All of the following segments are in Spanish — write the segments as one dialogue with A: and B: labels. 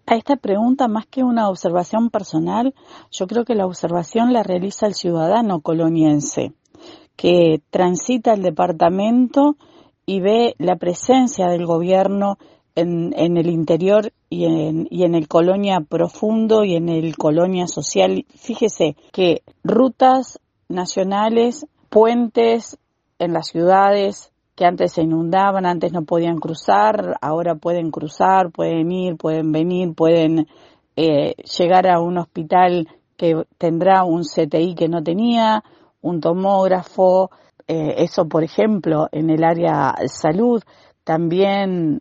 A: A esta pregunta, más que una observación personal, yo creo que la observación la realiza el ciudadano coloniense, que transita el departamento y ve la presencia del gobierno en el interior y en el Colonia profundo y en el Colonia social. Fíjese que rutas nacionales, puentes en las ciudades que antes se inundaban, antes no podían cruzar, ahora pueden cruzar, pueden ir, pueden venir, pueden llegar a un hospital que tendrá un CTI que no tenía, un tomógrafo, eso por ejemplo en el área de salud. También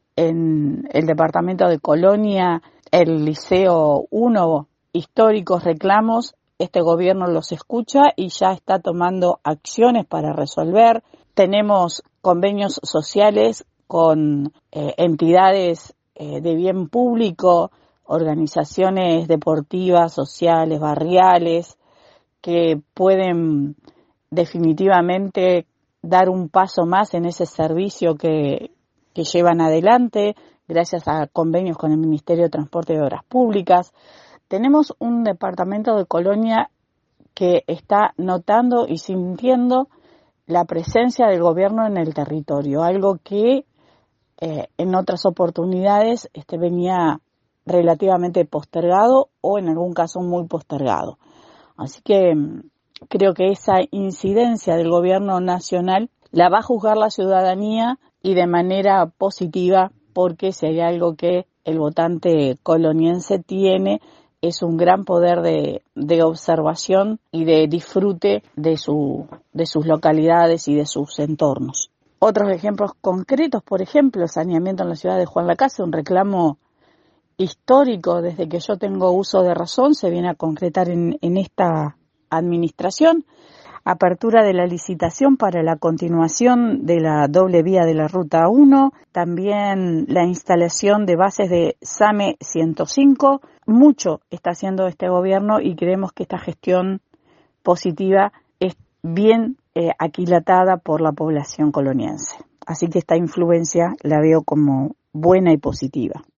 A: en el departamento de Colonia, el Liceo 1, históricos reclamos, este gobierno los escucha y ya está tomando acciones para resolver. Tenemos convenios sociales con entidades de bien público, organizaciones deportivas, sociales, barriales, que pueden definitivamente dar un paso más en ese servicio que llevan adelante, gracias a convenios con el Ministerio de Transporte y Obras Públicas. Tenemos un departamento de Colonia que está notando y sintiendo la presencia del gobierno en el territorio, algo que en otras oportunidades venía relativamente postergado o en algún caso muy postergado. Así que creo que esa incidencia del gobierno nacional la va a juzgar la ciudadanía y de manera positiva, porque si hay algo que el votante coloniense tiene es un gran poder de observación y de disfrute de sus localidades y de sus entornos. Otros ejemplos concretos, por ejemplo, saneamiento en la ciudad de Juan Lacase, un reclamo histórico desde que yo tengo uso de razón, se viene a concretar en esta administración. Apertura de la licitación para la continuación de la doble vía de la Ruta 1, también la instalación de bases de SAME 105. Mucho está haciendo este gobierno y creemos que esta gestión positiva es bien aquilatada por la población coloniense. Así que esta influencia la veo como buena y positiva.